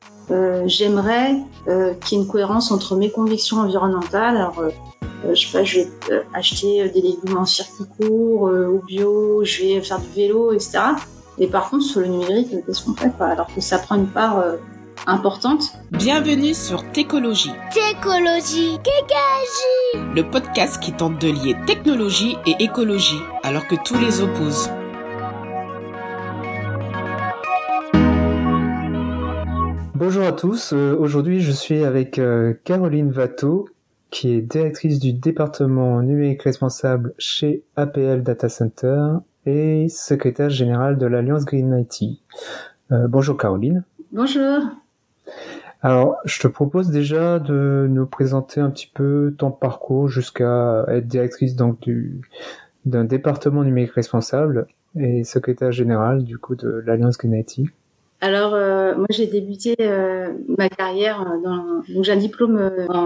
j'aimerais qu'il y ait une cohérence entre mes convictions environnementales. Alors, je sais pas, je vais acheter des légumes en circuit court ou bio, je vais faire du vélo, etc. Et par contre, sur le numérique, qu'est-ce qu'on fait, quoi, alors que ça prend une part importante. Bienvenue sur Técologie. Técologie, Kékagie. Le podcast qui tente de lier technologie et écologie, alors que tous les opposent. Bonjour à tous, aujourd'hui je suis avec Caroline Watteau, qui est directrice du département numérique responsable chez APL Data Center et secrétaire générale de l'Alliance Green IT. Bonjour Caroline. Bonjour. Alors, je te propose déjà de nous présenter un petit peu ton parcours jusqu'à être directrice donc d'un département numérique responsable et secrétaire générale du coup de l'Alliance Green IT. Alors, moi, j'ai débuté ma carrière donc j'ai un diplôme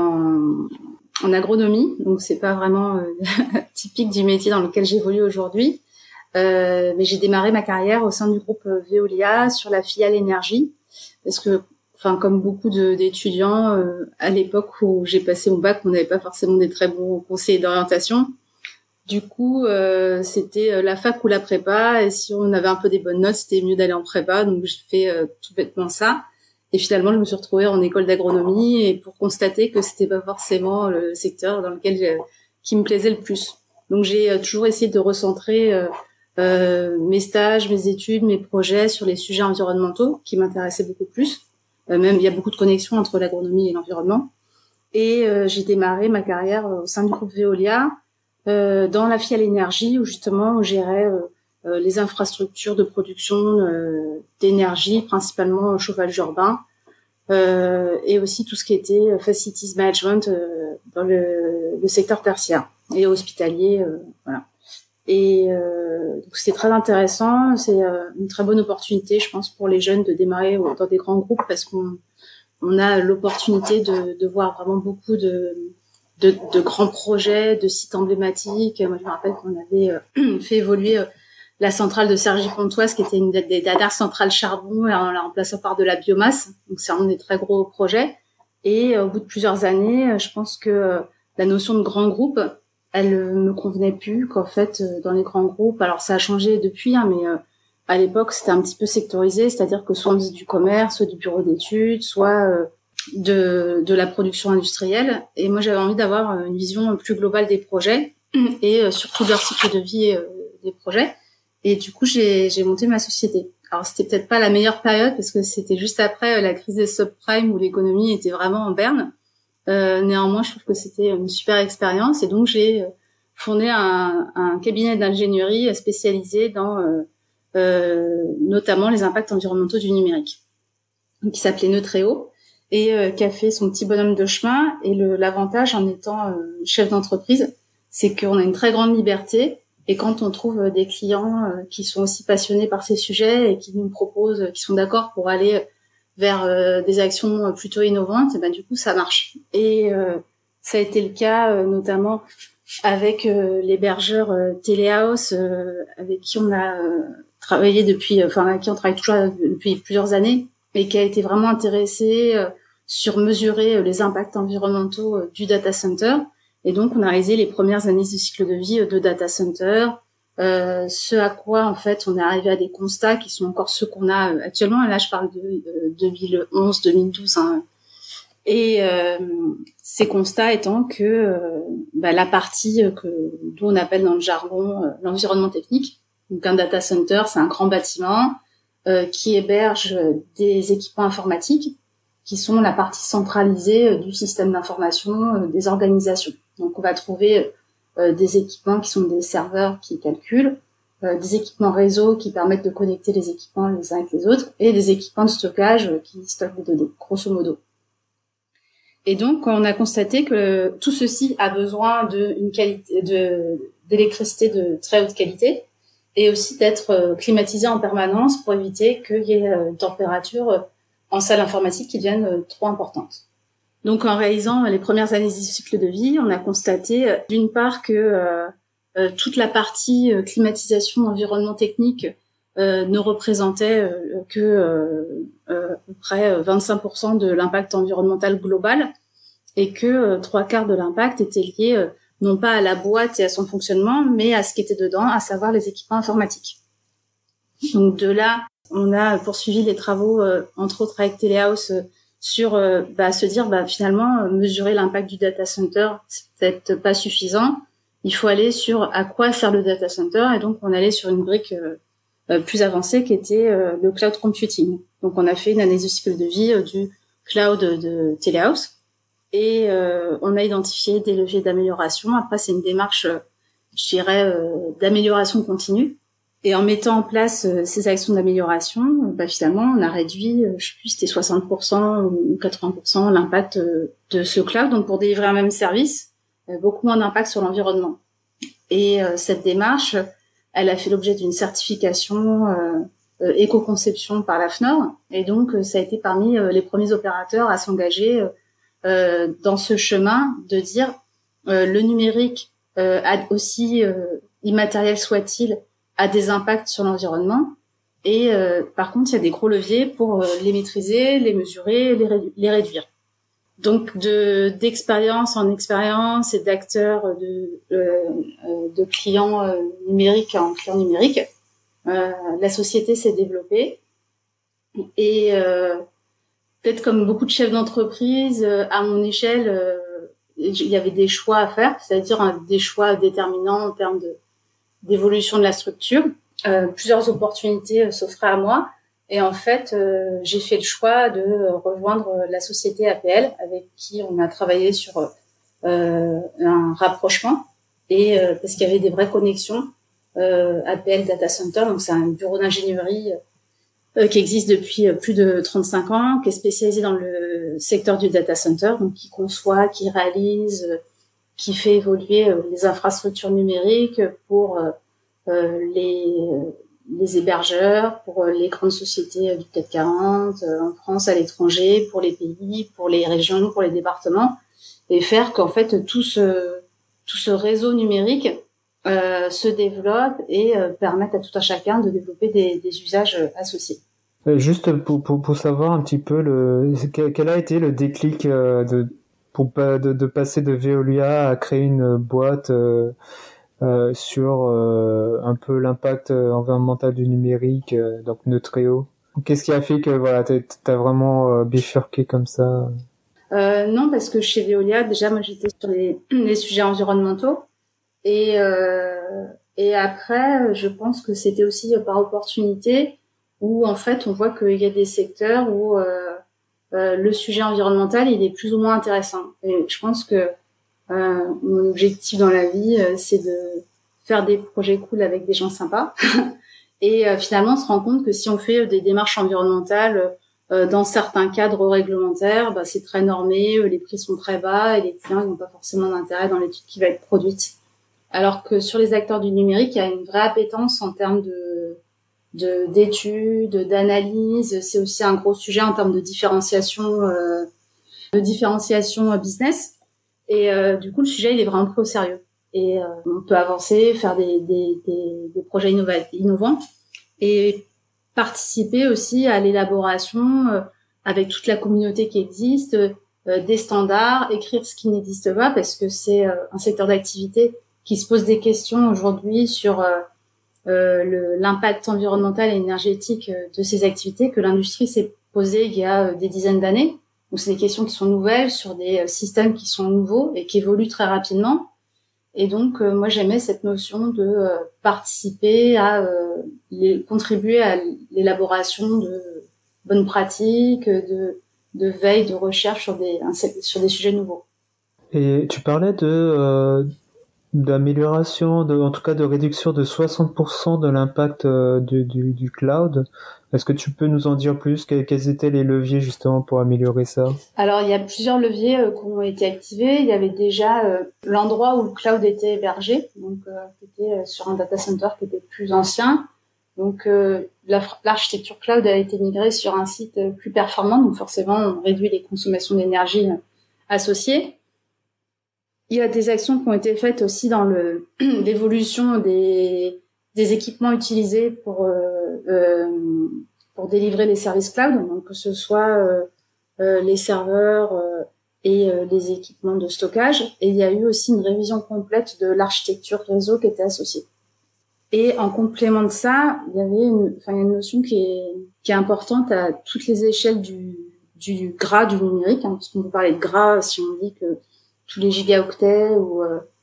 en agronomie, donc c'est pas vraiment typique du métier dans lequel j'évolue aujourd'hui. Mais j'ai démarré ma carrière au sein du groupe Veolia sur la filiale énergie, parce que, enfin, comme beaucoup d'étudiants à l'époque où j'ai passé mon bac, on n'avait pas forcément des très bons conseillers d'orientation. Du coup, c'était la fac ou la prépa, et si on avait un peu des bonnes notes, c'était mieux d'aller en prépa, donc j'ai fait tout bêtement ça. Et finalement, je me suis retrouvée en école d'agronomie, et pour constater que c'était pas forcément le secteur dans lequel qui me plaisait le plus. Donc j'ai toujours essayé de recentrer mes stages, mes études, mes projets sur les sujets environnementaux qui m'intéressaient beaucoup plus. Même il y a beaucoup de connexions entre l'agronomie et l'environnement. Et j'ai démarré ma carrière au sein du groupe Veolia, dans la filiale énergie, où justement on gérait les infrastructures de production d'énergie, principalement chauffage urbain, et aussi tout ce qui était facilities management dans le secteur tertiaire et hospitalier, voilà. Et donc c'était très intéressant, c'est une très bonne opportunité, je pense, pour les jeunes de démarrer dans des grands groupes, parce qu'on a l'opportunité de voir vraiment beaucoup de grands projets, de sites emblématiques. Moi, je me rappelle qu'on avait fait évoluer la centrale de Cergy-Pontoise, qui était une des dernières centrales charbon, en la remplaçant par de la biomasse. Donc, c'est un des très gros projets. Et au bout de plusieurs années, je pense que la notion de grand groupe, elle me convenait plus, qu'en fait, dans les grands groupes, alors ça a changé depuis, hein, mais à l'époque, c'était un petit peu sectorisé, c'est-à-dire que soit on faisait du commerce, soit du bureau d'études, soit de la production industrielle. Et moi, j'avais envie d'avoir une vision plus globale des projets et surtout de leur cycle de vie des projets. Et du coup, j'ai monté ma société. Alors, c'était peut-être pas la meilleure période, parce que c'était juste après la crise des subprimes où l'économie était vraiment en berne. Néanmoins, je trouve que c'était une super expérience, et donc j'ai fondé un cabinet d'ingénierie spécialisé dans notamment les impacts environnementaux du numérique, qui s'appelait Neutreo, et qui a fait son petit bonhomme de chemin. Et l'avantage en étant chef d'entreprise, c'est qu'on a une très grande liberté, et quand on trouve des clients qui sont aussi passionnés par ces sujets et qui nous proposent, qui sont d'accord pour aller vers des actions plutôt innovantes, et ben du coup ça marche. Et ça a été le cas notamment avec l'hébergeur Telehouse, avec qui on a travaillé avec qui on travaille toujours depuis plusieurs années, et qui a été vraiment intéressé sur mesurer les impacts environnementaux du data center. Et donc on a réalisé les premières analyses de cycle de vie de data center, ce à quoi en fait on est arrivé à des constats qui sont encore ceux qu'on a actuellement. Et là je parle de 2011-2012, hein. Et ces constats étant que la partie d'où on appelle dans le jargon l'environnement technique. Donc un data center, c'est un grand bâtiment qui héberge des équipements informatiques, qui sont la partie centralisée du système d'information des organisations. Donc on va trouver des équipements qui sont des serveurs qui calculent, des équipements réseau qui permettent de connecter les équipements les uns avec les autres, et des équipements de stockage qui stockent des données, grosso modo. Et donc on a constaté que tout ceci a besoin d'électricité de très haute qualité, et aussi d'être climatisé en permanence pour éviter qu'il y ait une température en salle informatique qui deviennent trop importantes. Donc en réalisant les premières analyses du cycle de vie, on a constaté d'une part que toute la partie climatisation d'environnement technique ne représentait que à peu près 25% de l'impact environnemental global, et que 3/4 de l'impact était lié non pas à la boîte et à son fonctionnement, mais à ce qui était dedans, à savoir les équipements informatiques. Donc de là, on a poursuivi les travaux, entre autres avec Telehouse, sur se dire finalement mesurer l'impact du data center, c'est peut-être pas suffisant. Il faut aller sur à quoi sert le data center, et donc on allait sur une brique plus avancée qui était le cloud computing. Donc on a fait une analyse de cycle de vie du cloud de Telehouse, et on a identifié des leviers d'amélioration. Après, c'est une démarche, je dirais, d'amélioration continue. Et en mettant en place ces actions d'amélioration, finalement, on a réduit, je sais plus, c'était 60% ou 80% l'impact de ce cloud. Donc, pour délivrer un même service, beaucoup moins d'impact sur l'environnement. Et cette démarche, elle a fait l'objet d'une certification éco-conception par la FNOR. Et donc, ça a été parmi les premiers opérateurs à s'engager dans ce chemin de dire le numérique, aussi immatériel soit-il, a des impacts sur l'environnement, et par contre il y a des gros leviers pour les maîtriser, les mesurer, les réduire. Donc d'expérience en expérience et d'acteurs de clients numériques en clients numériques, la société s'est développée, et peut-être comme beaucoup de chefs d'entreprise, à mon échelle, il y avait des choix à faire, c'est-à-dire des choix déterminants en termes d'évolution de la structure. Plusieurs opportunités s'offraient à moi, et en fait, j'ai fait le choix de rejoindre la société APL, avec qui on a travaillé sur un rapprochement, et parce qu'il y avait des vraies connexions. APL Data Center, donc c'est un bureau d'ingénierie qui existe depuis plus de 35 ans, qui est spécialisé dans le secteur du data center, donc qui conçoit, qui réalise, qui fait évoluer les infrastructures numériques pour les hébergeurs, pour les grandes sociétés du CAC 40, en France, à l'étranger, pour les pays, pour les régions, pour les départements, et faire qu'en fait tout ce réseau numérique se développe et permette à tout un chacun de développer des usages associés. Juste pour savoir un petit peu quel a été le déclic de passer de Veolia à créer une boîte sur un peu l'impact environnemental du numérique, donc Neutreo. Qu'est-ce qui a fait que voilà t'as vraiment bifurqué comme ça? Non, parce que chez Veolia, déjà moi j'étais sur les sujets environnementaux, et après je pense que c'était aussi par opportunité, où en fait on voit qu'il y a des secteurs où le sujet environnemental il est plus ou moins intéressant. Et je pense que mon objectif dans la vie, c'est de faire des projets cool avec des gens sympas. Et finalement, on se rend compte que si on fait des démarches environnementales dans certains cadres réglementaires, c'est très normé, les prix sont très bas, et les clients ils n'ont pas forcément d'intérêt dans l'étude qui va être produite. Alors que sur les acteurs du numérique, il y a une vraie appétence en termes d'études, d'analyse. C'est aussi un gros sujet en termes de différenciation business. Et du coup, le sujet, il est vraiment pris au sérieux. Et on peut avancer, faire des projets innovants, et participer aussi à l'élaboration avec toute la communauté qui existe, des standards, écrire ce qui n'existe pas, parce que c'est un secteur d'activité qui se pose des questions aujourd'hui sur l'impact environnemental et énergétique de ces activités que l'industrie s'est posée il y a des dizaines d'années. Donc c'est des questions qui sont nouvelles sur des systèmes qui sont nouveaux et qui évoluent très rapidement. Et donc moi j'aimais cette notion de participer à contribuer à l'élaboration de bonnes pratiques, de veille, de recherche sur des sujets nouveaux. Et tu parlais d'amélioration, en tout cas de réduction de 60% de l'impact du cloud. Est-ce que tu peux nous en dire plus? Quels étaient les leviers justement pour améliorer ça? Alors, il y a plusieurs leviers qui ont été activés. Il y avait déjà l'endroit où le cloud était hébergé, donc qui était sur un data center qui était plus ancien. Donc, l'architecture cloud a été migrée sur un site plus performant, donc forcément, on réduit les consommations d'énergie associées. Il y a des actions qui ont été faites aussi dans l'évolution des équipements utilisés pour pour délivrer les services cloud, donc que ce soit les serveurs et les équipements de stockage. Et il y a eu aussi une révision complète de l'architecture réseau qui était associée. Et en complément de ça, il y avait une notion qui est importante à toutes les échelles du gras du numérique, parce qu'on peut parler de gras si on dit que tous les gigaoctets ou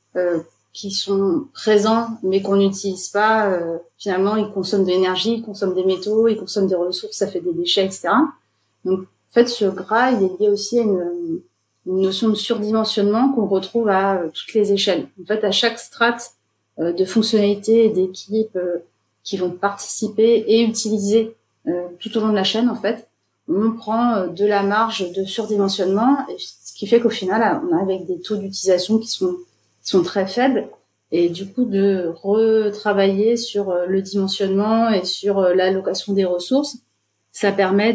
qui sont présents mais qu'on n'utilise pas, finalement ils consomment de l'énergie, ils consomment des métaux, ils consomment des ressources, ça fait des déchets, etc. Donc en fait ce gras il est lié aussi à une notion de surdimensionnement qu'on retrouve à toutes les échelles. En fait à chaque strate de fonctionnalités et d'équipes qui vont participer et utiliser tout au long de la chaîne en fait, on prend de la marge de surdimensionnement, et ce qui fait qu'au final on arrive avec des taux d'utilisation qui sont très faibles, et du coup de retravailler sur le dimensionnement et sur l'allocation des ressources, ça permet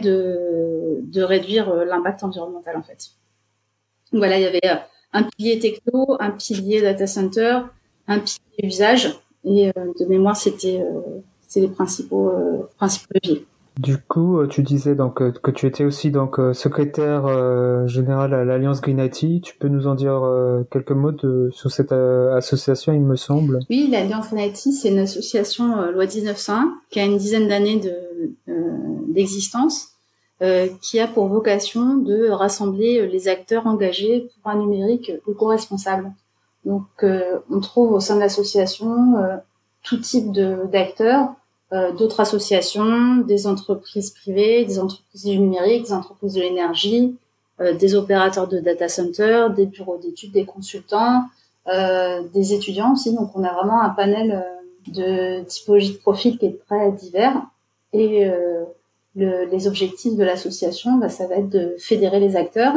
de réduire l'impact environnemental en fait. Donc voilà, il y avait un pilier techno, un pilier data center, un pilier usage, et de mémoire c'est les principaux leviers. Du coup, tu disais donc que tu étais aussi donc secrétaire général à l'Alliance Green IT. Tu peux nous en dire quelques mots sur cette association, il me semble. Oui, l'Alliance Green IT, c'est une association loi 1901 qui a une dizaine d'années d'existence, qui a pour vocation de rassembler les acteurs engagés pour un numérique éco-responsable. Donc, on trouve au sein de l'association tout type d'acteurs, d'autres associations, des entreprises privées, des entreprises du numérique, des entreprises de l'énergie, des opérateurs de data center, des bureaux d'études, des consultants, des étudiants aussi. Donc, on a vraiment un panel de typologie de profil qui est très divers. Et les objectifs de l'association, ça va être de fédérer les acteurs,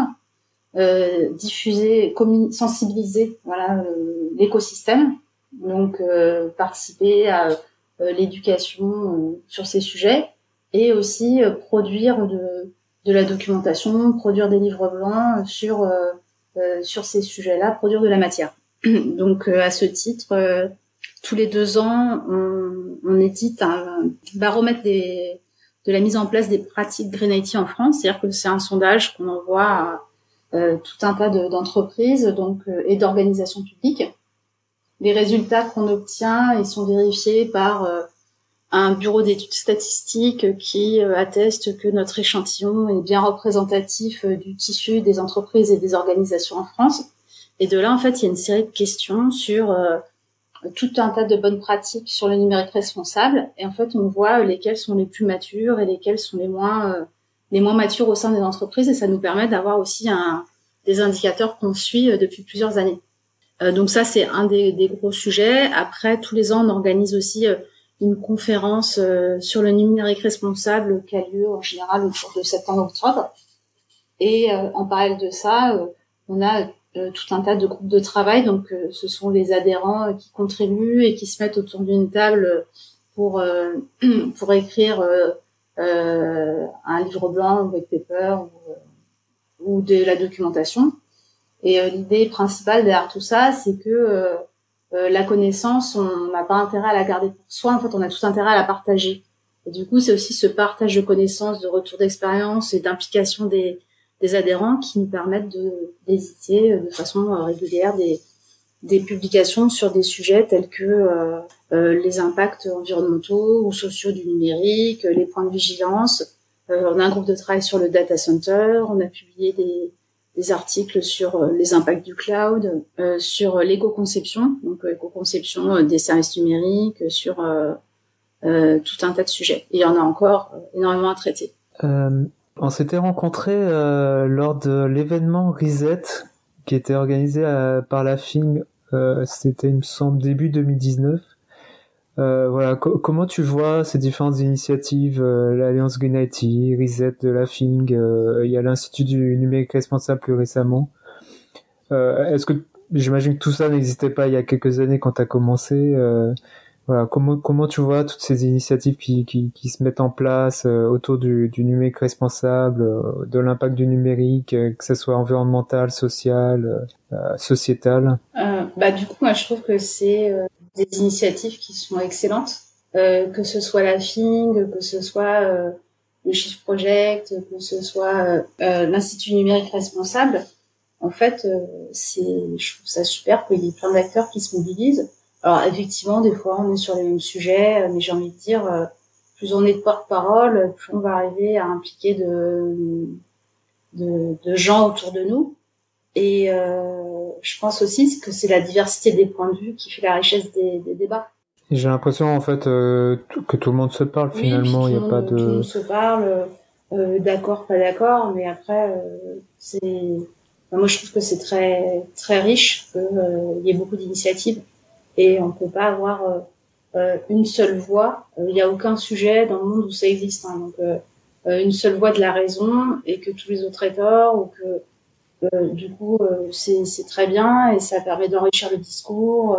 diffuser, sensibiliser l'écosystème, donc participer à l'éducation sur ces sujets, et aussi produire de la documentation, produire des livres blancs sur ces sujets-là, produire de la matière. Donc à ce titre, tous les 2 ans, on édite un baromètre de la mise en place des pratiques Green IT en France, c'est-à-dire que c'est un sondage qu'on envoie à tout un tas d'entreprises donc et d'organisations publiques. Les résultats qu'on obtient, ils sont vérifiés par un bureau d'études statistiques qui atteste que notre échantillon est bien représentatif du tissu des entreprises et des organisations en France. Et de là, en fait, il y a une série de questions sur tout un tas de bonnes pratiques sur le numérique responsable. Et en fait, on voit lesquelles sont les plus matures et lesquelles sont les moins matures au sein des entreprises. Et ça nous permet d'avoir aussi des indicateurs qu'on suit depuis plusieurs années. Donc ça, c'est un des gros sujets. Après, tous les ans, on organise aussi une conférence sur le numérique responsable qui a lieu en général autour de septembre-octobre. Et en parallèle de ça, on a tout un tas de groupes de travail. Donc, ce sont les adhérents qui contribuent et qui se mettent autour d'une table pour écrire un livre blanc, un white paper ou de la documentation. Et l'idée principale derrière tout ça, c'est que la connaissance, on n'a pas intérêt à la garder pour soi. En fait, on a tout intérêt à la partager. Et du coup, c'est aussi ce partage de connaissances, de retour d'expérience et d'implication des adhérents qui nous permettent d'éditer de façon régulière des publications sur des sujets tels que les impacts environnementaux ou sociaux du numérique, les points de vigilance. On a un groupe de travail sur le data center. On a publié des articles sur les impacts du cloud, sur l'éco-conception, donc éco-conception des services numériques, sur tout un tas de sujets. Et il y en a encore énormément à traiter. On s'était rencontrés lors de l'événement Reset qui était organisé par la FING, c'était il me semble début 2019. Voilà, comment tu vois ces différentes initiatives, l'Alliance Green IT, Reset de la FING, il y a l'Institut du numérique responsable plus récemment. Est-ce que j'imagine que tout ça n'existait pas il y a quelques années quand tu as commencé, voilà, comment tu vois toutes ces initiatives qui se mettent en place autour du numérique responsable, de l'impact du numérique, que ce soit environnemental, social, sociétal? Du coup, moi, je trouve que c'est des initiatives qui sont excellentes. que ce soit la FING, que ce soit le Shift Project, que ce soit l'Institut numérique responsable. En fait, je trouve ça super qu'il y ait plein d'acteurs qui se mobilisent. Alors effectivement, des fois, on est sur les mêmes sujets, mais j'ai envie de dire, plus on est de porte-parole, plus on va arriver à impliquer de gens autour de nous. Et je pense aussi que c'est la diversité des points de vue qui fait la richesse des débats. Et j'ai l'impression en fait que tout le monde se parle Oui, finalement, il puis n'y a pas tout le monde de... se parle, d'accord, pas d'accord, mais après, moi je trouve que c'est très très riche, qu'il y ait beaucoup d'initiatives et on peut pas avoir une seule voix. Il n'y a aucun sujet dans le monde où ça existe, hein, donc une seule voix de la raison et que tous les autres aient tort ou que du coup, c'est très bien et ça permet d'enrichir le discours.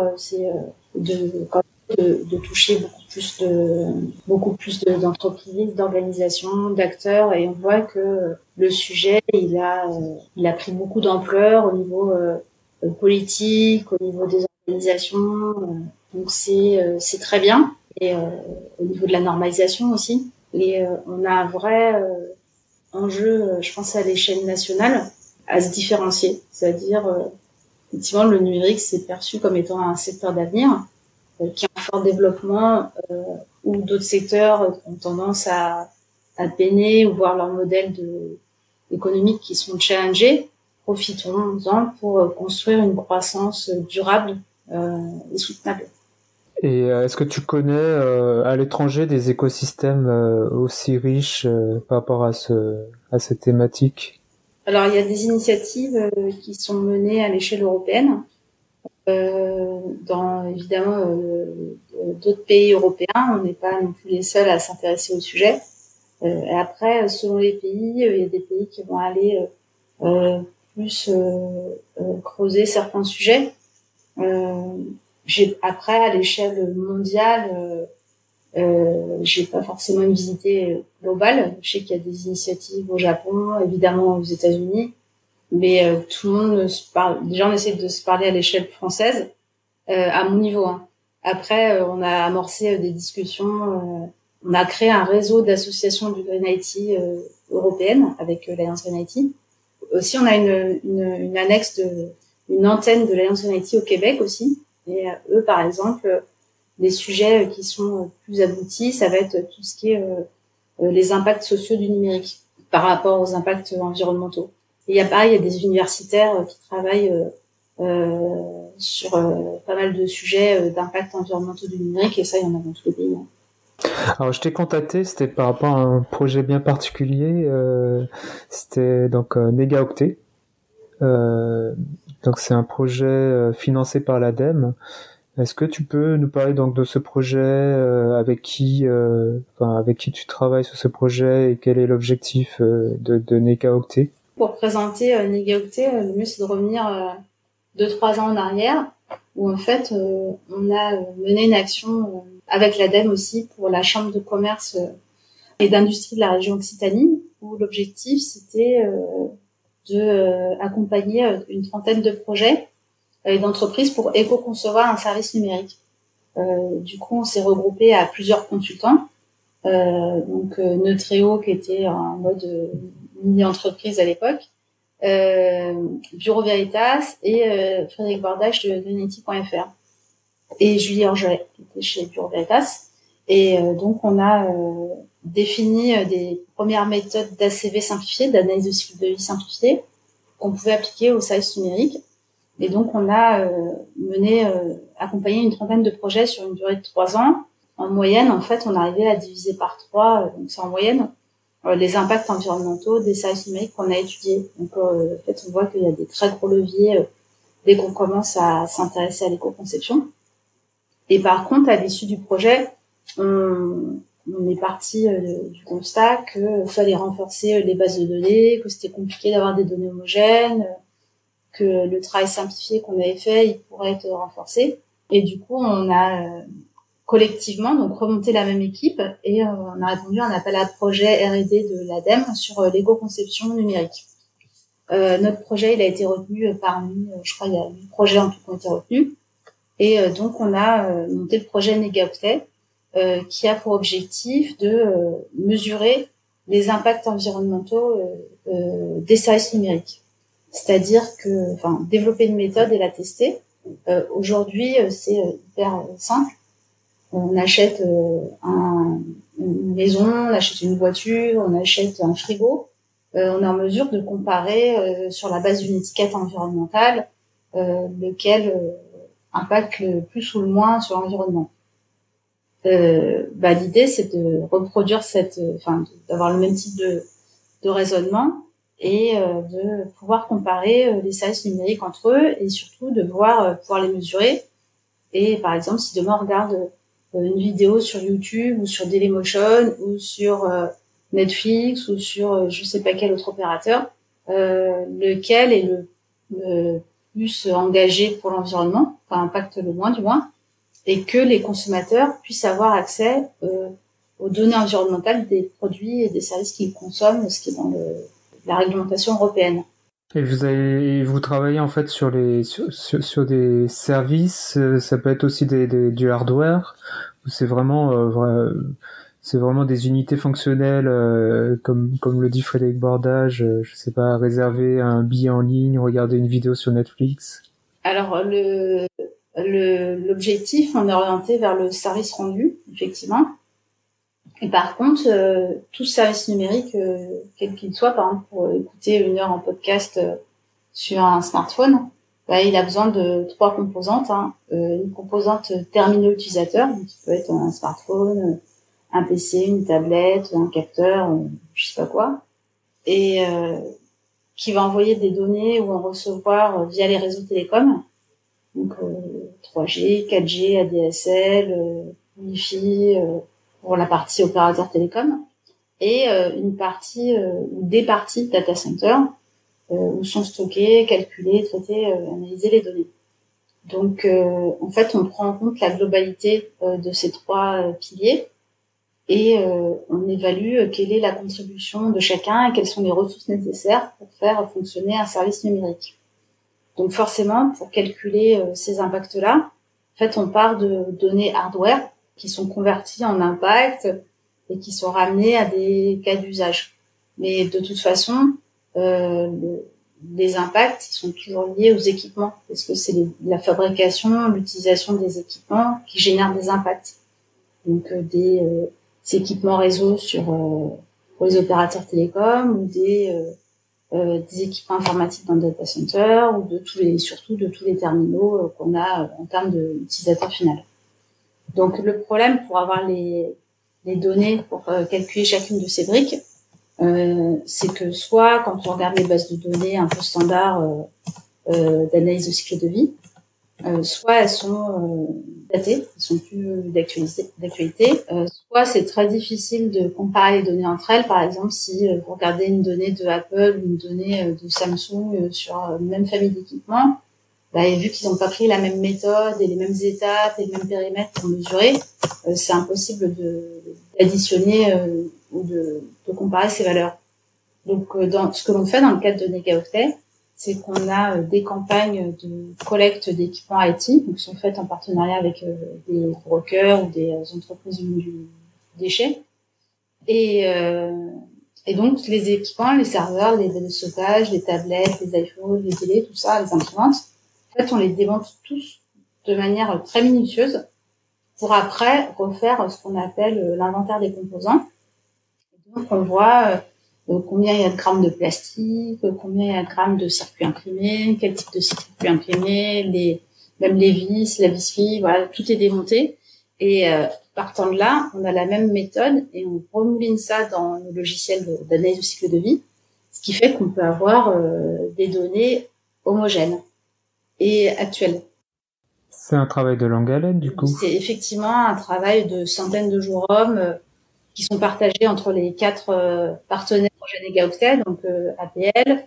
De toucher beaucoup plus d'entreprises, d'organisations, d'acteurs, et on voit que le sujet il a pris beaucoup d'ampleur au niveau politique, au niveau des organisations. Donc c'est très bien. Et au niveau de la normalisation aussi. Et on a un vrai enjeu, je pense à l'échelle nationale, à se différencier. C'est-à-dire, effectivement, le numérique c'est perçu comme étant un secteur d'avenir qui est en fort développement, où d'autres secteurs ont tendance à peiner ou voir leur modèle économique qui sont challengés. Profitons-en pour construire une croissance durable et soutenable. Et est-ce que tu connais à l'étranger des écosystèmes aussi riches par rapport à cette thématique? Alors, il y a des initiatives qui sont menées à l'échelle européenne, dans évidemment d'autres pays européens. On n'est pas non plus les seuls à s'intéresser au sujet. Et après, selon les pays, il y a des pays qui vont aller plus creuser certains sujets. Après, à l'échelle mondiale, j'ai pas forcément une visite globale. Je sais qu'il y a des initiatives au Japon, évidemment aux États-Unis, mais tout le monde se parle. Les gens essaient de se parler à l'échelle française, à mon niveau. Hein. Après, on a amorcé des discussions. On a créé un réseau d'associations du Green IT européenne avec l'Alliance Green IT. Aussi, on a une annexe une antenne de l'Alliance Green IT au Québec aussi. Et eux, par exemple, les sujets qui sont plus aboutis, ça va être tout ce qui est les impacts sociaux du numérique par rapport aux impacts environnementaux. Et il y a des universitaires qui travaillent sur pas mal de sujets d'impact environnementaux du numérique, et ça, il y en a dans tous les pays. Hein. Alors, je t'ai contacté, c'était par rapport à un projet bien particulier. C'était donc Négaoctet. Donc, c'est un projet financé par l'ADEME. Est-ce que tu peux nous parler donc de ce projet, avec qui tu travailles sur ce projet et quel est l'objectif de Négaoctet? Pour présenter Négaoctet, le mieux c'est de revenir 2-3 ans en arrière, où en fait on a mené une action avec l'ADEME aussi pour la Chambre de commerce et d'industrie de la région Occitanie, où l'objectif c'était de accompagner une trentaine de projets et d'entreprises pour éco-concevoir un service numérique. Du coup, on s'est regroupé à plusieurs consultants. Donc Neutreo qui était en mode mini-entreprise à l'époque, Bureau Veritas et Frédéric Bordage de greenity.fr et Julie Orgelet qui était chez Bureau Veritas. Et donc on a défini des premières méthodes d'ACV simplifiées, d'analyse de cycle de vie simplifiée, qu'on pouvait appliquer au service numérique. Et donc on a accompagné une trentaine de projets sur une durée de 3 ans. En moyenne, en fait, on arrivait à diviser par 3, donc c'est en moyenne, les impacts environnementaux des services numériques qu'on a étudiés. Donc, en fait, on voit qu'il y a des très gros leviers dès qu'on commence à s'intéresser à l'éco-conception. Et par contre, à l'issue du projet, on est parti du constat qu'il fallait renforcer les bases de données, que c'était compliqué d'avoir des données homogènes, que le travail simplifié qu'on avait fait, il pourrait être renforcé. Et du coup, on a collectivement donc remonté la même équipe et on a répondu à un appel à projet R&D de l'ADEME sur l'éco-conception numérique. Notre projet, il a été retenu parmi, je crois, il y a 8 projets en tout qui ont été retenus. Et donc, on a monté le projet Négaoctet, qui a pour objectif de mesurer les impacts environnementaux des services numériques. C'est-à-dire que, développer une méthode et la tester. Aujourd'hui, c'est hyper simple. On achète une maison, on achète une voiture, on achète un frigo. On est en mesure de comparer sur la base d'une étiquette environnementale lequel impacte le plus ou le moins sur l'environnement. L'idée c'est de reproduire d'avoir le même type de raisonnement et de pouvoir comparer les services numériques entre eux et surtout de pouvoir les mesurer. Et par exemple, si demain on regarde une vidéo sur YouTube ou sur Dailymotion ou sur Netflix ou sur je sais pas quel autre opérateur, lequel est le plus engagé pour l'environnement, impacte le moins du moins, et que les consommateurs puissent avoir accès aux données environnementales des produits et des services qu'ils consomment, ce qui est dans la réglementation européenne. Et vous travaillez en fait sur des services, ça peut être aussi du hardware, ou c'est vraiment des unités fonctionnelles comme le dit Frédéric Bordage, je sais pas, réserver un billet en ligne, regarder une vidéo sur Netflix. Alors l'objectif, on est orienté vers le service rendu, effectivement. Et par contre, tout service numérique, quel qu'il soit, par exemple pour écouter 1 heure en podcast sur un smartphone, il a besoin de 3 composantes. Une composante terminal utilisateur, donc qui peut être un smartphone, un PC, une tablette, un capteur, je sais pas quoi, et qui va envoyer des données ou en recevoir via les réseaux télécoms, donc 3G, 4G, ADSL, Wi-Fi, pour la partie opérateur télécom, et une partie ou des parties data center où sont stockées, calculées, traitées, analysées les données. Donc en fait, on prend en compte la globalité de ces 3 piliers et on évalue quelle est la contribution de chacun et quelles sont les ressources nécessaires pour faire fonctionner un service numérique. Donc forcément, pour calculer ces impacts-là, en fait, on part de données hardware qui sont converties en impacts et qui sont ramenées à des cas d'usage. Mais de toute façon, les impacts, ils sont toujours liés aux équipements, parce que c'est la fabrication, l'utilisation des équipements qui génèrent des impacts. Donc des équipements réseau pour les opérateurs télécoms ou des équipements informatiques dans le data center ou surtout de tous les terminaux qu'on a en termes d'utilisateur final. Donc le problème pour avoir les données pour calculer chacune de ces briques, c'est que soit quand on regarde les bases de données un peu standards d'analyse de cycle de vie, soit elles sont datées, elles sont plus d'actualité, soit c'est très difficile de comparer les données entre elles. Par exemple, si vous regardez une donnée de Apple ou une donnée de Samsung sur une même famille d'équipements, et vu qu'ils n'ont pas pris la même méthode et les mêmes étapes et le même périmètre pour mesurer, c'est impossible d'additionner ou de comparer ces valeurs. Donc, dans ce que l'on fait dans le cadre de Negaoctet, c'est qu'on a des campagnes de collecte d'équipements IT, donc qui sont faites en partenariat avec des brokers ou des entreprises du déchet. Et donc, les équipements, les serveurs, les données de stockage, les tablettes, les iPhones, les télés, tout ça, les imprimantes, en fait, on les démonte tous de manière très minutieuse pour après refaire ce qu'on appelle l'inventaire des composants. Et donc, on voit combien il y a de grammes de plastique, combien il y a de grammes de circuits imprimés, quel type de circuits imprimés, même les vis, la vis-fille, voilà, tout est démonté. Et partant de là, on a la même méthode et on remouline ça dans le logiciel d'analyse du cycle de vie, ce qui fait qu'on peut avoir des données homogènes et actuelles. C'est un travail de longue haleine, du coup. C'est effectivement un travail de centaines de jours hommes qui sont partagés entre les 4 partenaires de Negaoctet, donc APL,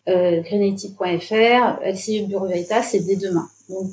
Greenity.fr, LCI Bureau Veritas et Dès Demain. Donc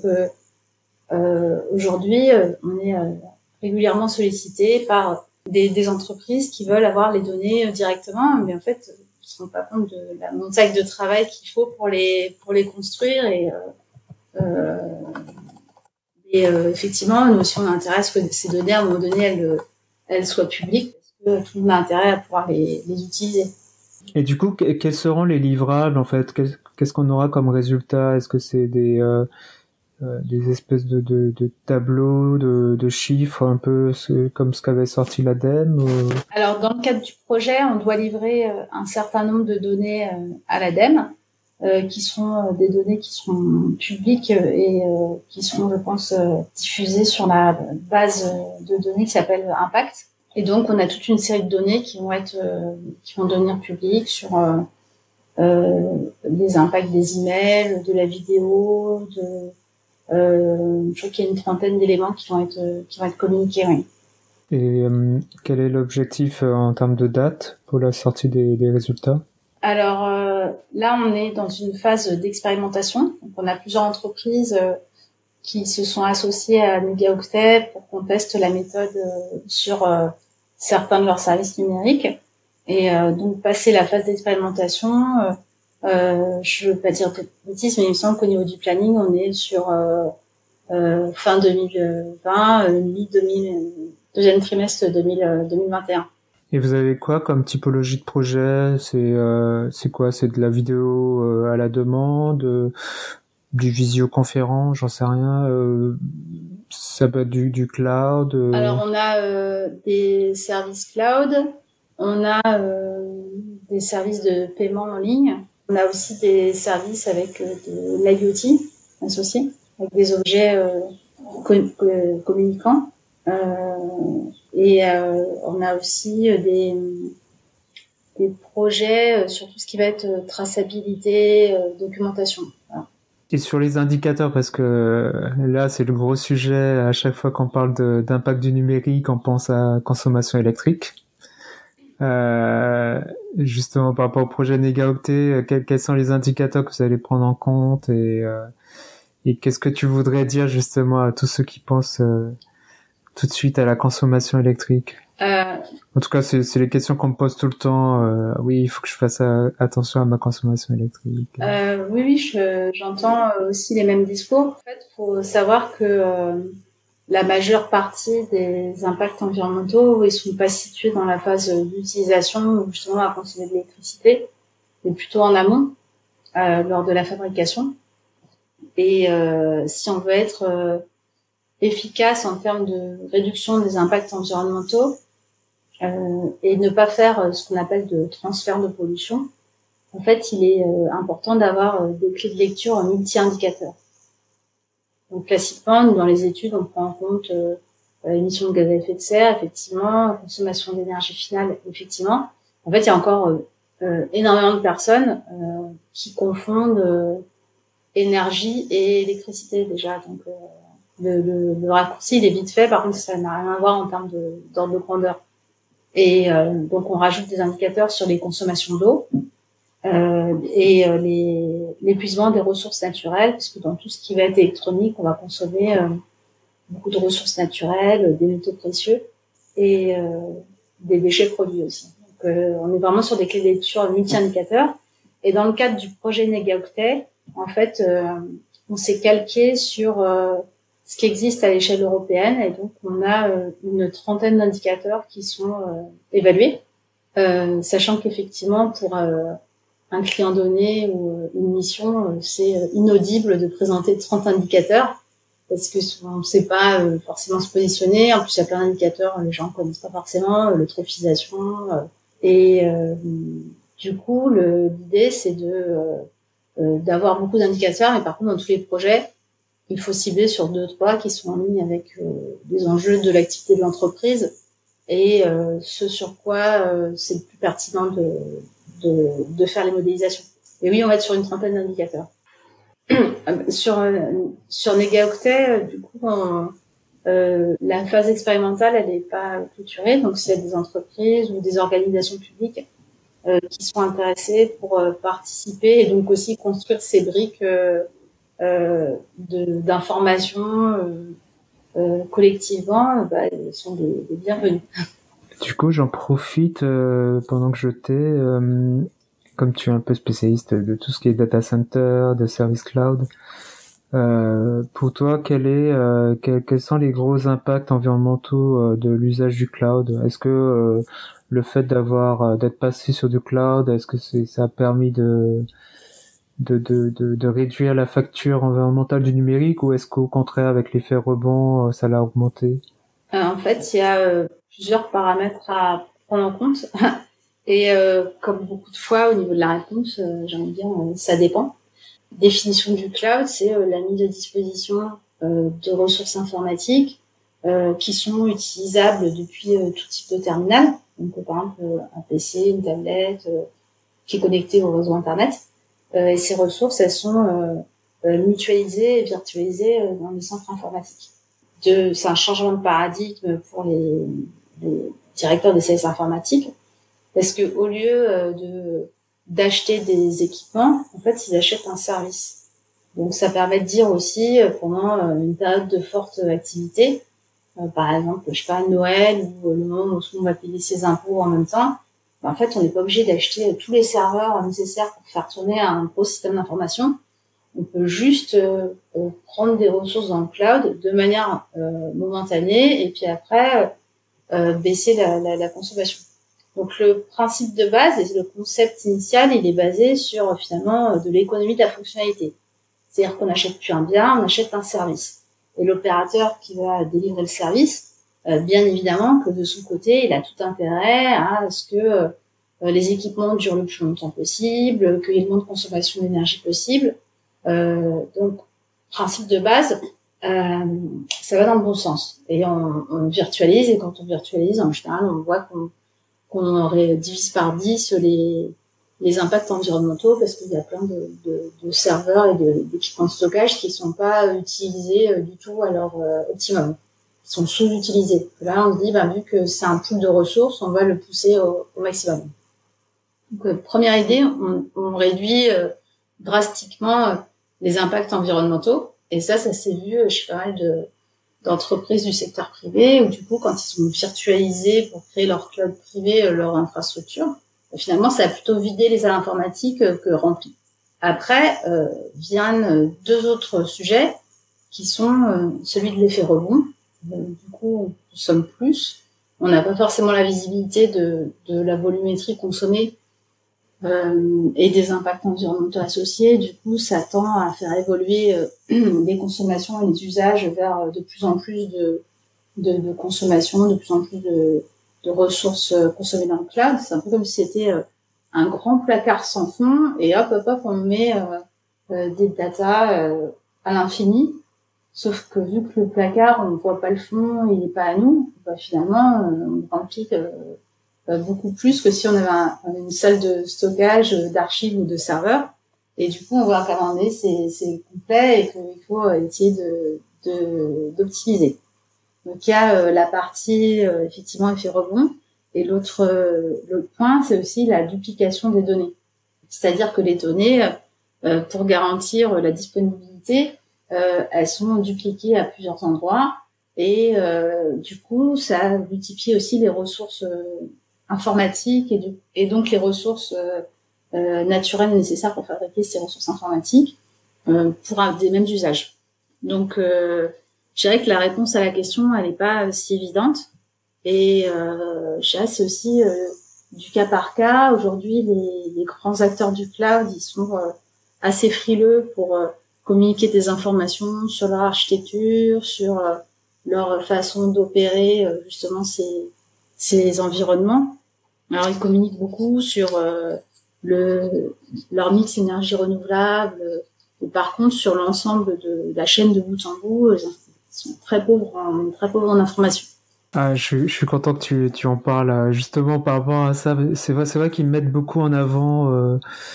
aujourd'hui, on est régulièrement sollicité par des entreprises qui veulent avoir les données directement, mais en fait, ils ne se rendent pas compte de la montagne de travail qu'il faut pour les construire et Et effectivement, nous aussi, on a intérêt à ce que ces données, à un moment donné, elles soient publiques, parce que tout le monde a intérêt à pouvoir les utiliser. Et du coup, quels seront les livrables en fait? Qu'est-ce qu'on aura comme résultat? Est-ce que c'est des espèces de tableaux, de chiffres, un peu comme ce qu'avait sorti l'ADEME Alors, dans le cadre du projet, on doit livrer un certain nombre de données à l'ADEME, qui seront des données qui seront publiques et qui seront, je pense, diffusées sur la base de données qui s'appelle Impact. Et donc, on a toute une série de données qui vont devenir publiques sur les impacts des emails, de la vidéo, je crois qu'il y a une trentaine d'éléments qui vont être communiqués, oui. Et quel est l'objectif en termes de date pour la sortie des résultats? Alors là, on est dans une phase d'expérimentation. Donc, on a plusieurs entreprises qui se sont associées à NegaOctet pour qu'on teste la méthode sur certains de leurs services numériques. Et donc, passer la phase d'expérimentation, je veux pas dire de bêtises, mais il me semble qu'au niveau du planning, on est sur fin 2020, deuxième trimestre 2021. Et vous avez quoi comme typologie de projet? C'est quoi? C'est de la vidéo à la demande, du visioconférence, j'en sais rien. Ça peut être du cloud. Alors on a des services cloud, on a des services de paiement en ligne, on a aussi des services avec de l'IoT associé, avec des objets communicants. Et on a aussi des projets sur tout ce qui va être traçabilité, documentation. Voilà. Et sur les indicateurs, parce que là, c'est le gros sujet. À chaque fois qu'on parle d'impact du numérique, on pense à consommation électrique. Justement, par rapport au projet NegaOctet, quels sont les indicateurs que vous allez prendre en compte et qu'est-ce que tu voudrais dire justement à tous ceux qui pensent tout de suite à la consommation électrique? En tout cas, c'est les questions qu'on me pose tout le temps. Oui, il faut que je fasse attention à ma consommation électrique. Oui, j'entends aussi les mêmes discours. En fait, faut savoir que la majeure partie des impacts environnementaux, ils sont pas situés dans la phase d'utilisation où justement on va consommer de l'électricité, mais plutôt en amont, lors de la fabrication. Et si on veut être efficace en termes de réduction des impacts environnementaux et ne pas faire ce qu'on appelle de transfert de pollution, en fait, il est important d'avoir des clés de lecture multi-indicateurs. Donc, classiquement, dans les études, on prend en compte émissions de gaz à effet de serre, effectivement, consommation d'énergie finale, effectivement. En fait, il y a encore énormément de personnes qui confondent énergie et électricité déjà. Donc, le raccourci, il est vite fait. Par contre, ça n'a rien à voir en termes d'ordre de grandeur. Et donc, on rajoute des indicateurs sur les consommations d'eau et l'épuisement des ressources naturelles, parce que dans tout ce qui va être électronique, on va consommer beaucoup de ressources naturelles, des métaux précieux et des déchets produits aussi. Donc, on est vraiment sur des clés de lecture multi-indicateurs. Et dans le cadre du projet NegaOctet, en fait, on s'est calqué sur ce qui existe à l'échelle européenne, et donc on a une trentaine d'indicateurs qui sont évalués, sachant qu'effectivement pour un client donné ou une mission, c'est inaudible de présenter 30 indicateurs parce que on ne sait pas forcément se positionner. En plus, il y a plein d'indicateurs, les gens ne connaissent pas forcément, l'eutrophisation. Et du coup, l'idée, c'est d'avoir beaucoup d'indicateurs, mais par contre, dans tous les projets, il faut cibler sur 2-3 qui sont en ligne avec les enjeux de l'activité de l'entreprise et ce sur quoi c'est le plus pertinent de faire les modélisations. Et oui, on va être sur une trentaine d'indicateurs. Sur NegaOctet, du coup, la phase expérimentale, elle n'est pas clôturée. Donc, s'il y a des entreprises ou des organisations publiques qui sont intéressées pour participer et donc aussi construire ces briques d'informations collectivement, ils sont des bienvenus. Du coup, j'en profite pendant que je t'ai, comme tu es un peu spécialiste de tout ce qui est data center, de service cloud, Pour toi, quels sont les gros impacts environnementaux de l'usage du cloud? Est-ce que le fait d'être passé sur du cloud, est-ce que ça a permis de réduire la facture environnementale du numérique, ou est-ce qu'au contraire, avec l'effet rebond, ça l'a augmenté? En fait, il y a plusieurs paramètres à prendre en compte. Et comme beaucoup de fois, au niveau de la réponse, j'ai envie de dire, ça dépend. Définition du cloud, c'est la mise à disposition de ressources informatiques qui sont utilisables depuis tout type de terminal. Donc, par exemple, un PC, une tablette qui est connecté au réseau Internet. Et ces ressources, elles sont mutualisées et virtualisées dans les centres informatiques. C'est un changement de paradigme pour les directeurs des services informatiques, parce que au lieu d'acheter des équipements, en fait, ils achètent un service. Donc, ça permet de dire aussi, pendant une période de forte activité, par exemple, je sais pas, Noël, ou le moment où on va payer ses impôts en même temps, en fait, on n'est pas obligé d'acheter tous les serveurs nécessaires pour faire tourner un gros système d'information. On peut juste prendre des ressources dans le cloud de manière momentanée, et puis après baisser la consommation. Donc le principe de base et le concept initial, il est basé sur finalement de l'économie de la fonctionnalité. C'est-à-dire qu'on n'achète plus un bien, on achète un service. Et l'opérateur qui va délivrer le service, bien évidemment que de son côté, il a tout intérêt à ce que les équipements durent le plus longtemps possible, qu'il y ait le moins de consommation d'énergie possible. Donc, principe de base, ça va dans le bon sens. Et on virtualise, et quand on virtualise, en général, on voit qu'on divise par 10 les impacts environnementaux, parce qu'il y a plein de serveurs et d'équipements de stockage qui sont pas utilisés du tout à leur optimum. Ils sont sous-utilisés. Là, on se dit, vu que c'est un pool de ressources, on va le pousser au maximum. Donc, première idée, on réduit drastiquement les impacts environnementaux. Et ça s'est vu chez pas mal d'entreprises du secteur privé, où du coup, quand ils sont virtualisés pour créer leur cloud privé, leur infrastructure, finalement, ça a plutôt vidé les salles informatiques que rempli. Après, viennent deux autres sujets qui sont celui de l'effet rebond. Du coup, on consomme plus. On n'a pas forcément la visibilité de la volumétrie consommée et des impacts environnementaux associés. Du coup, ça tend à faire évoluer les consommations et les usages vers de plus en plus de consommation, de plus en plus de ressources consommées dans le cloud. C'est un peu comme si c'était un grand placard sans fond, et hop, on met des datas à l'infini. Sauf que vu que le placard, on ne voit pas le fond, il n'est pas à nous, finalement, on remplit beaucoup plus que si on avait une salle de stockage, d'archives ou de serveurs. Et du coup, on voit qu'à un moment donné, c'est complet et qu'il faut essayer d'optimiser. Donc, il y a la partie, effectivement, effet rebond. Et l'autre point, c'est aussi la duplication des données. C'est-à-dire que les données, pour garantir la disponibilité, elles sont dupliquées à plusieurs endroits. Et du coup, ça multiplie aussi les ressources informatiques et donc les ressources naturelles nécessaires pour fabriquer ces ressources informatiques pour des mêmes usages. Donc, je dirais que la réponse à la question, elle n'est pas si évidente. Et je dirais c'est aussi du cas par cas. Aujourd'hui, les grands acteurs du cloud, ils sont assez frileux pour communiquer des informations sur leur architecture, sur leur façon d'opérer justement ces environnements. Alors, ils communiquent beaucoup sur leur mix énergie renouvelable. Et par contre, sur l'ensemble de la chaîne de bout en bout, ils sont très pauvres en information. Ah, je suis content que tu en parles justement par rapport à ça. C'est vrai qu'ils mettent beaucoup en avant,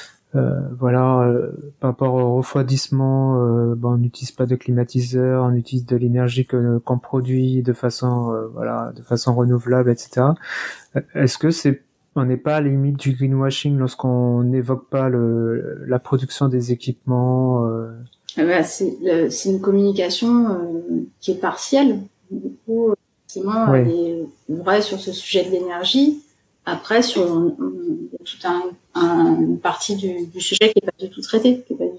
par rapport au refroidissement. On n'utilise pas de climatiseur, on utilise de l'énergie qu'on produit de façon renouvelable, etc. Est-ce que on n'est pas à la limite du greenwashing lorsqu'on n'évoque pas la production des équipements? C'est une communication qui est partielle. Du coup, effectivement, elle est vraie sur ce sujet de l'énergie. Après, il y a toute une partie du sujet qui n'est pas du tout traitée, qui n'est pas du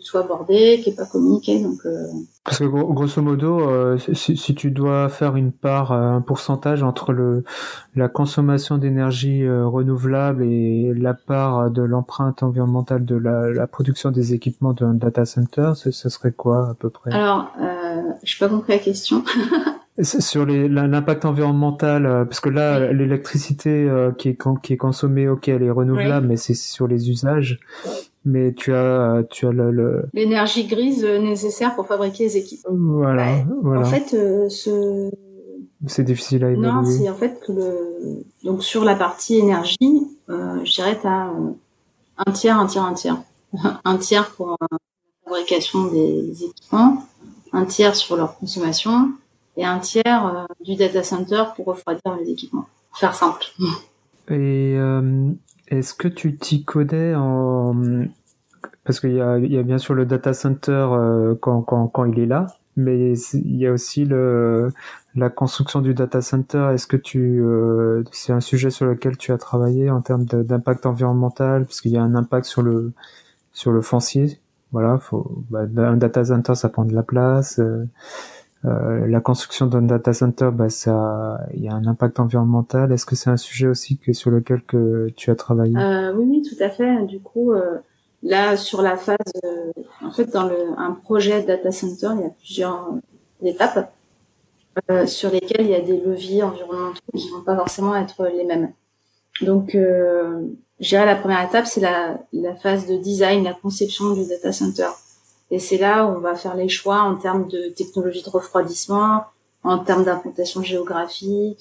tout abordé, qui est pas communiqué. Donc parce que grosso modo, si tu dois faire une part, un pourcentage entre la consommation d'énergie renouvelable et la part de l'empreinte environnementale de la production des équipements d'un data center, ce serait quoi à peu près? Alors, je n'ai pas compris la question. Sur l'impact environnemental, parce que là, l'électricité qui est consommée, ok, elle est renouvelable, mais c'est sur les usages. Mais tu as l'énergie grise nécessaire pour fabriquer les équipements. Voilà. En fait, c'est difficile à évaluer. Non, c'est en fait que donc sur la partie énergie, je dirais t'as un tiers. Un tiers pour la fabrication des équipements, un tiers sur leur consommation et un tiers du data center pour refroidir les équipements. Pour faire simple. Et est-ce que tu t'y connais parce qu'il y a bien sûr le data center quand il est là, mais il y a aussi la construction du data center. Est-ce que c'est un sujet sur lequel tu as travaillé en termes d'impact environnemental, parce qu'il y a un impact sur le foncier. Voilà, un data center, ça prend de la place. La construction d'un data center, il y a un impact environnemental. Est-ce que c'est un sujet aussi sur lequel que tu as travaillé? Oui, tout à fait. Du coup, là, sur la phase, en fait, dans un projet data center, il y a plusieurs étapes sur lesquelles il y a des leviers environnementaux qui vont pas forcément être les mêmes. Donc, je dirais la première étape, c'est la phase de design, la conception du data center. Et c'est là où on va faire les choix en termes de technologie de refroidissement, en termes d'implantation géographique,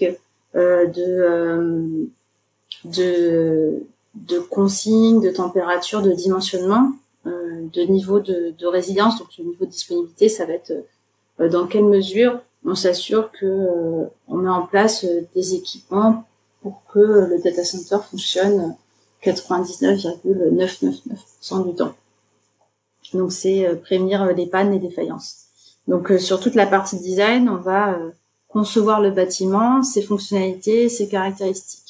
de consignes, de température, de dimensionnement, de niveau de résilience. Donc, le niveau de disponibilité, ça va être dans quelle mesure on s'assure que on met en place des équipements pour que le data center fonctionne 99,999% du temps. Donc, c'est prévenir les pannes et défaillances. Donc, sur toute la partie design, on va concevoir le bâtiment, ses fonctionnalités, ses caractéristiques.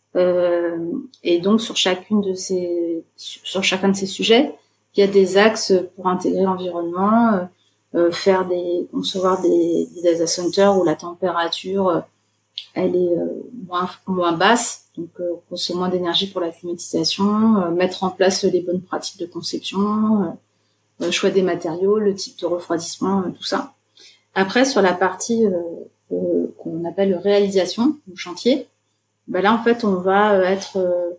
Et donc, sur chacun de ces sujets, il y a des axes pour intégrer l'environnement, concevoir des data centers où la température elle est moins basse, donc on consomme moins d'énergie pour la climatisation, mettre en place les bonnes pratiques de conception, choix des matériaux, le type de refroidissement, tout ça. Après, sur la partie qu'on appelle réalisation, ou chantier, là en fait on va être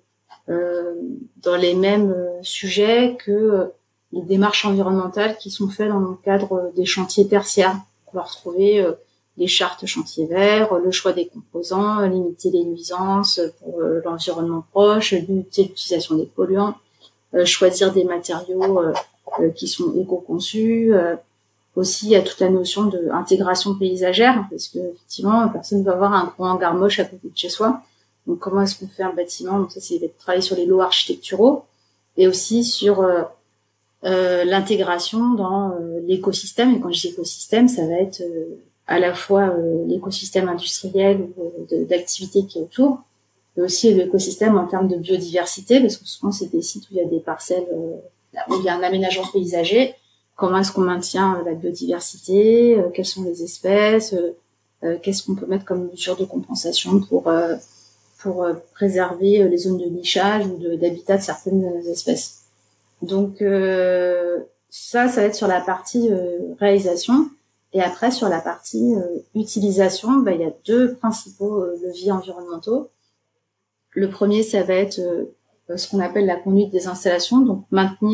dans les mêmes sujets que les démarches environnementales qui sont faites dans le cadre des chantiers tertiaires. On va retrouver les chartes chantiers verts, le choix des composants, limiter les nuisances pour l'environnement proche, limiter l'utilisation des polluants, choisir des matériaux qui sont éco-conçus. Aussi, il y a toute la notion d'intégration paysagère, parce que effectivement, personne ne va avoir un grand hangar moche à côté de chez soi. Donc, comment est-ce qu'on fait un bâtiment? Donc, ça, c'est de travailler sur les lots architecturaux et aussi sur l'intégration dans l'écosystème. Et quand je dis écosystème, ça va être à la fois l'écosystème industriel ou d'activité qui est autour, mais aussi l'écosystème en termes de biodiversité, parce que souvent, c'est des sites où il y a des parcelles, où il y a un aménagement paysager. Comment est-ce qu'on maintient la biodiversité? Quelles sont les espèces? Qu'est-ce qu'on peut mettre comme mesure de compensation pour préserver les zones de nichage ou d'habitat de certaines espèces. Donc ça va être sur la partie réalisation. Et après, sur la partie utilisation, il y a deux principaux leviers environnementaux. Le premier, ça va être ce qu'on appelle la conduite des installations, donc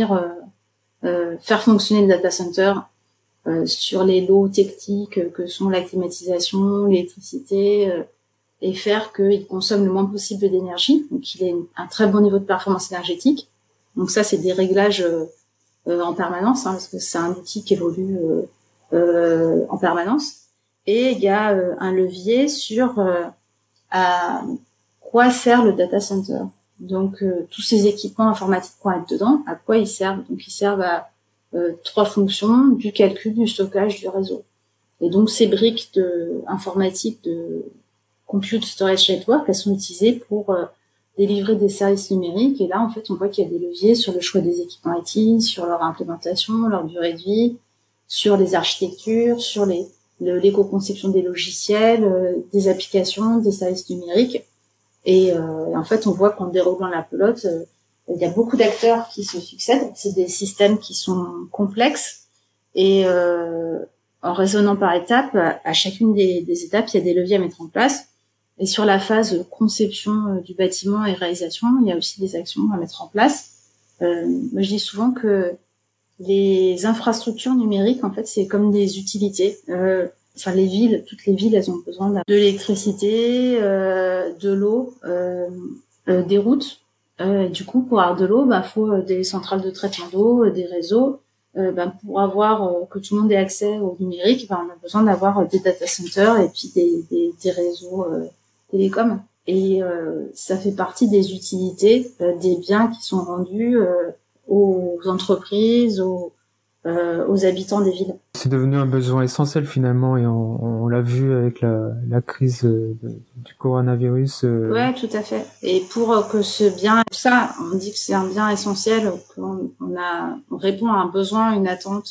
faire fonctionner le data center sur les lots techniques que sont la climatisation, l'électricité, et faire qu'il consomme le moins possible d'énergie, donc qu'il ait un très bon niveau de performance énergétique. Donc ça, c'est des réglages en permanence, parce que c'est un outil qui évolue en permanence. Et il y a un levier sur à quoi sert le data center. Donc tous ces équipements informatiques qui vont être dedans, à quoi ils servent? Donc ils servent à 3 fonctions: du calcul, du stockage, du réseau. Et donc ces briques informatiques de Compute Storage Network, elles sont utilisées pour délivrer des services numériques. Et là, en fait, on voit qu'il y a des leviers sur le choix des équipements IT, sur leur implémentation, leur durée de vie, sur les architectures, sur l'éco-conception des logiciels, des applications, des services numériques. Et en fait, on voit qu'en déroulant la pelote, il y a beaucoup d'acteurs qui se succèdent. C'est des systèmes qui sont complexes. Et en raisonnant par étapes, à chacune des étapes, il y a des leviers à mettre en place. Et sur la phase conception du bâtiment et réalisation, il y a aussi des actions à mettre en place. Moi, je dis souvent que les infrastructures numériques, en fait, c'est comme des utilités. Toutes les villes, elles ont besoin de l'électricité, de l'eau, des routes. Du coup, pour avoir de l'eau, faut des centrales de traitement d'eau, des réseaux. Pour avoir que tout le monde ait accès au numérique, on a besoin d'avoir des data centers et puis des réseaux télécoms. Et ça fait partie des utilités, des biens qui sont rendus aux entreprises, aux habitants des villes. C'est devenu un besoin essentiel finalement, et on l'a vu avec la crise du coronavirus. Ouais, tout à fait. Et pour que ce bien, ça, on dit que c'est un bien essentiel, qu'on on répond à un besoin, une attente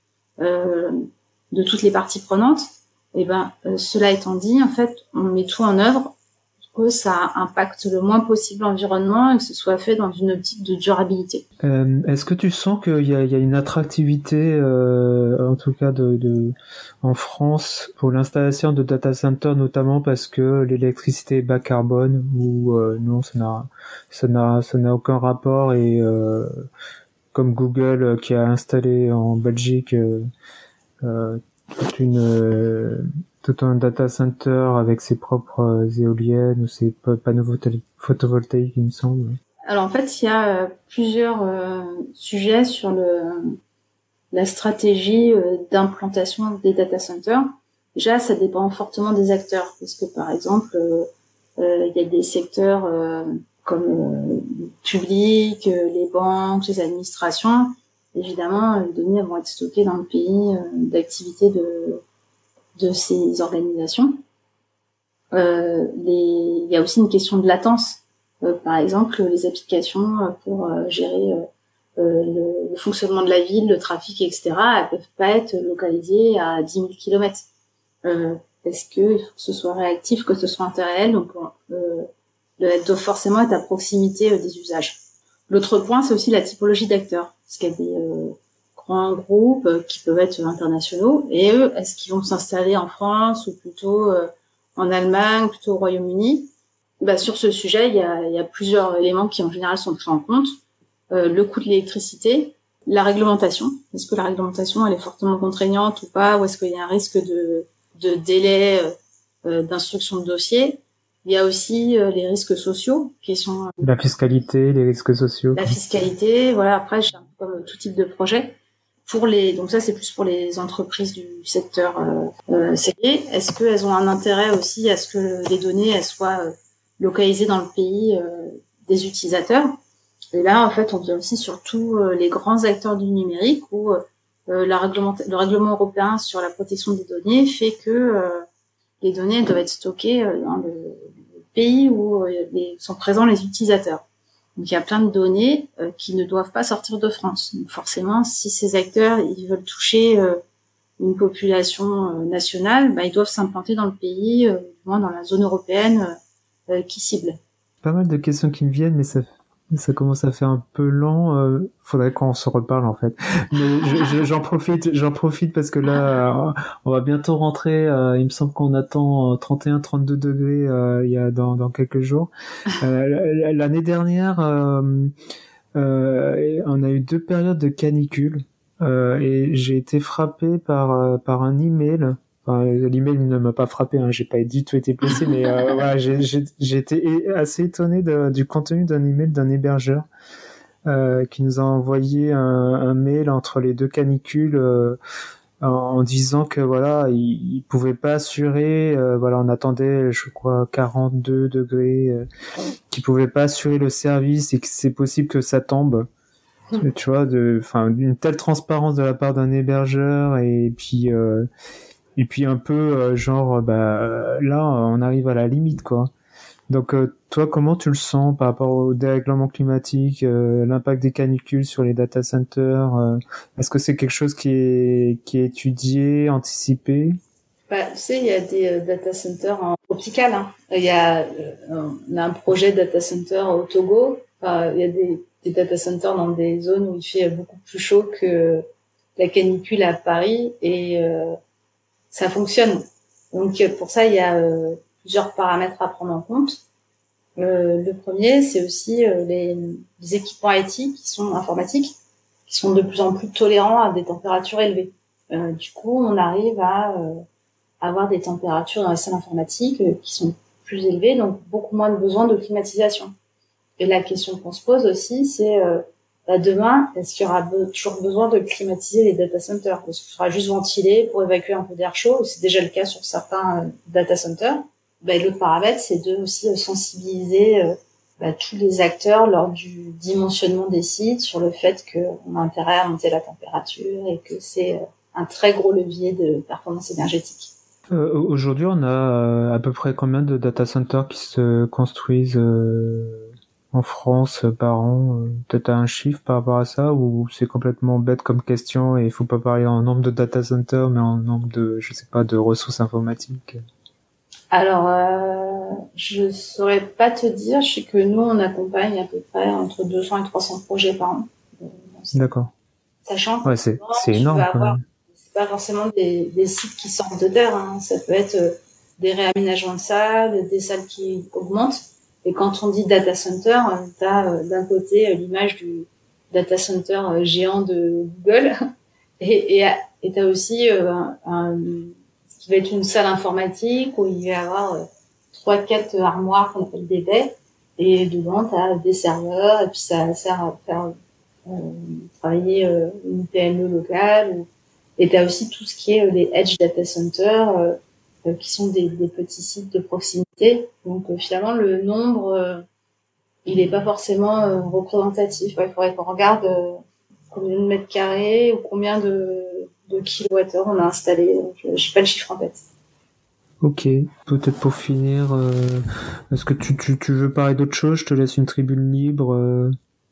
de toutes les parties prenantes. Et cela étant dit, en fait, on met tout en œuvre pour que ça impacte le moins possible l'environnement et que ce soit fait dans une optique de durabilité. Est-ce que tu sens qu'il y a une attractivité, en tout cas en France, pour l'installation de data centers, notamment parce que l'électricité est bas carbone, ou non, ça n'a aucun rapport, et comme Google qui a installé en Belgique tout un data center avec ses propres éoliennes ou ses panneaux photovoltaïques, il me semble. Alors en fait, il y a plusieurs sujets sur la stratégie d'implantation des data centers. Déjà, ça dépend fortement des acteurs, parce que par exemple, il y a des secteurs comme publics, les banques, les administrations. Évidemment, les données vont être stockées dans le pays d'activité de ces organisations. Il y a aussi une question de latence. Par exemple, les applications pour gérer le fonctionnement de la ville, le trafic, etc., elles peuvent pas être localisées à 10 000 kilomètres. Parce que il faut que ce soit réactif, que ce soit en temps réel, donc elles doivent forcément être à proximité des usages. L'autre point, c'est aussi la typologie d'acteurs. Parce qu'il y a des grands groupes qui peuvent être internationaux, et eux, est-ce qu'ils vont s'installer en France ou plutôt en Allemagne, plutôt au Royaume-Uni? Sur ce sujet, il y a plusieurs éléments qui en général sont pris en compte. Le coût de l'électricité, la réglementation. Est-ce que la réglementation elle est fortement contraignante ou pas, ou est-ce qu'il y a un risque de délai d'instruction de dossier? Il y a aussi les risques sociaux qui sont la fiscalité, les risques sociaux. La fiscalité, voilà. Après, comme tout type de projet. Donc ça, c'est plus pour les entreprises du secteur sécurisé. Est-ce qu'elles ont un intérêt aussi à ce que les données elles soient localisées dans le pays des utilisateurs? Et là, en fait, on vient aussi sur tous les grands acteurs du numérique où le règlement européen sur la protection des données fait que les données doivent être stockées dans le pays où sont présents les utilisateurs. Donc il y a plein de données qui ne doivent pas sortir de France. Donc forcément, si ces acteurs ils veulent toucher une population nationale, ils doivent s'implanter dans le pays, du moins dans la zone européenne qui cible. Pas mal de questions qui me viennent, mais ça commence à faire un peu lent. Faudrait qu'on se reparle en fait. Mais j'en profite parce que là, on va bientôt rentrer. Il me semble qu'on attend 31-32 degrés il y a dans quelques jours. L'année dernière, on a eu 2 périodes de canicule et j'ai été frappé par un email. Enfin, l'email ne m'a pas frappé, j'ai pas du tout été blessé, mais voilà, j'ai été assez étonné du contenu d'un email d'un hébergeur qui nous a envoyé un mail entre les 2 canicules en disant que voilà, il pouvait pas assurer, voilà, on attendait, je crois, 42 degrés, qu'il pouvait pas assurer le service et que c'est possible que ça tombe. Tu vois, une telle transparence de la part d'un hébergeur, et puis un peu là on arrive à la limite quoi. Donc, toi, comment tu le sens par rapport au dérèglement climatique, l'impact des canicules sur les data centers? Est-ce que c'est quelque chose qui est étudié, anticipé? Tu sais, il y a des data centers en tropical. Hein. On a un projet data center au Togo. Il y a des data centers dans des zones où il fait beaucoup plus chaud que la canicule à Paris et ça fonctionne. Donc pour ça, il y a plusieurs paramètres à prendre en compte. Le premier, c'est aussi les équipements IT informatiques, qui sont de plus en plus tolérants à des températures élevées. Du coup, on arrive à avoir des températures dans la salle informatique qui sont plus élevées, donc beaucoup moins de besoin de climatisation. Et la question qu'on se pose aussi, c'est demain, est-ce qu'il y aura toujours besoin de climatiser les data centers? Est-ce qu'il faudra juste ventiler pour évacuer un peu d'air chaud? C'est déjà le cas sur certains data centers. L'autre paramètre, c'est de aussi sensibiliser tous les acteurs lors du dimensionnement des sites sur le fait qu'on a intérêt à monter la température et que c'est un très gros levier de performance énergétique. Aujourd'hui, on a à peu près combien de data centers qui se construisent en France par an? Peut-être un chiffre par rapport à ça, ou c'est complètement bête comme question et il faut pas parler en nombre de data centers, mais en nombre de, je sais pas, de ressources informatiques? Alors, je saurais pas te dire. Je sais que nous, on accompagne à peu près entre 200 et 300 projets par an. D'accord. Sachant que c'est énorme quand même. C'est pas forcément des sites qui sortent de terre. Hein. Ça peut être des réaménagements de salles, des salles qui augmentent. Et quand on dit data center, t'as d'un côté l'image du data center géant de Google, et t'as aussi ce qui va être une salle informatique où il va y avoir 3-4 armoires qu'on appelle des baies, et dedans t'as des serveurs, et puis ça sert à faire travailler une PME locale. Et t'as aussi tout ce qui est les edge data centers, qui sont des petits sites de proximité. Donc finalement, le nombre, il est pas forcément représentatif. Il faudrait qu'on regarde combien de mètres carrés ou combien de kilowattheures on a installé. Je n'ai pas le chiffre en tête. Ok, peut-être pour finir, est-ce que tu veux parler d'autre chose? Je te laisse une tribune libre.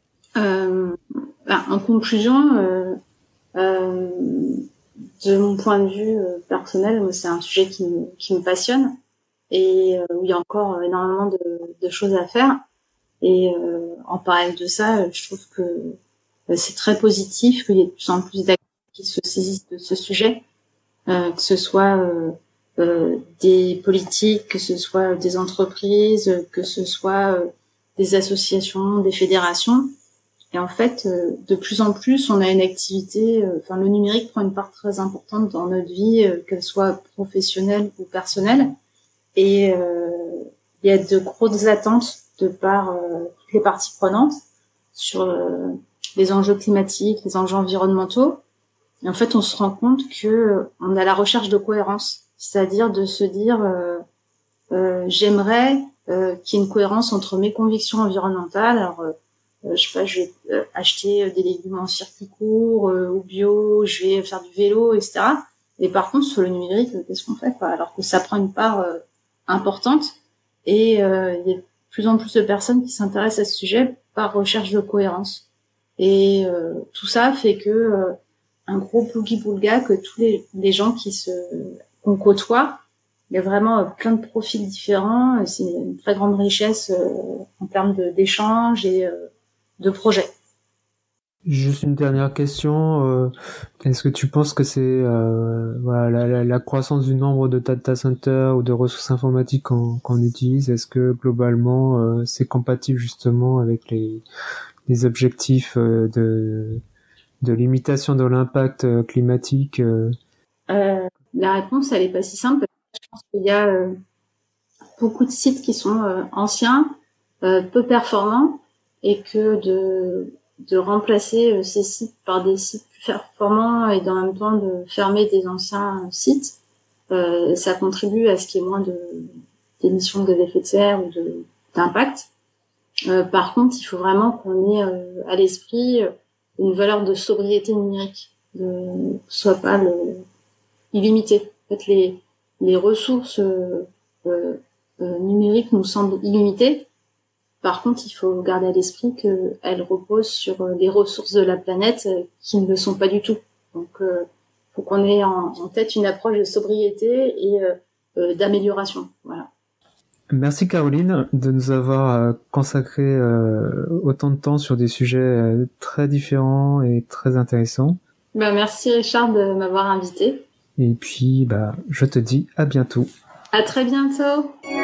En conclusion, de mon point de vue personnel, c'est un sujet qui me passionne et où il y a encore énormément de choses à faire. Et en parallèle de ça, je trouve que c'est très positif qu'il y ait de plus en plus d'acteurs qui se saisissent de ce sujet, que ce soit des politiques, que ce soit des entreprises, que ce soit des associations, des fédérations. Et en fait, de plus en plus, on a une activité. Le numérique prend une part très importante dans notre vie, qu'elle soit professionnelle ou personnelle. Et il y a de grosses attentes de par toutes les parties prenantes sur les enjeux climatiques, les enjeux environnementaux. Et en fait, on se rend compte que on a la recherche de cohérence, c'est-à-dire de se dire j'aimerais qu'il y ait une cohérence entre mes convictions environnementales. Alors je sais pas, je vais acheter des légumes en circuit court ou bio, je vais faire du vélo, etc. Et par contre, sur le numérique, qu'est-ce qu'on fait, quoi? Alors que ça prend une part importante, et il y a de plus en plus de personnes qui s'intéressent à ce sujet par recherche de cohérence. Et tout ça fait que un gros bougi-boulga, que tous les gens qu'on côtoie, il y a vraiment plein de profils différents. C'est une très grande richesse en termes d'échanges et de projets. Juste une dernière question. Est-ce que tu penses que c'est la croissance du nombre de data centers ou de ressources informatiques qu'on utilise, est-ce que globalement c'est compatible justement avec les objectifs de limitation de l'impact climatique? La réponse, elle est pas si simple. Je pense qu'il y a beaucoup de sites qui sont anciens, peu performants, et que de remplacer ces sites par des sites plus performants et en même temps de fermer des anciens sites, ça contribue à ce qu'il y ait moins d'émissions de gaz à effet de serre ou d'impact. Par contre, il faut vraiment qu'on ait à l'esprit une valeur de sobriété numérique, que ce soit pas illimité. En fait, les ressources numérique nous semble illimitée. Par contre, il faut garder à l'esprit qu'elle repose sur les ressources de la planète qui ne le sont pas du tout. Donc, faut qu'on ait en tête une approche de sobriété et d'amélioration. Voilà. Merci Caroline de nous avoir consacré autant de temps sur des sujets très différents et très intéressants. Merci Richard de m'avoir invité. Et puis, je te dis à bientôt. À très bientôt.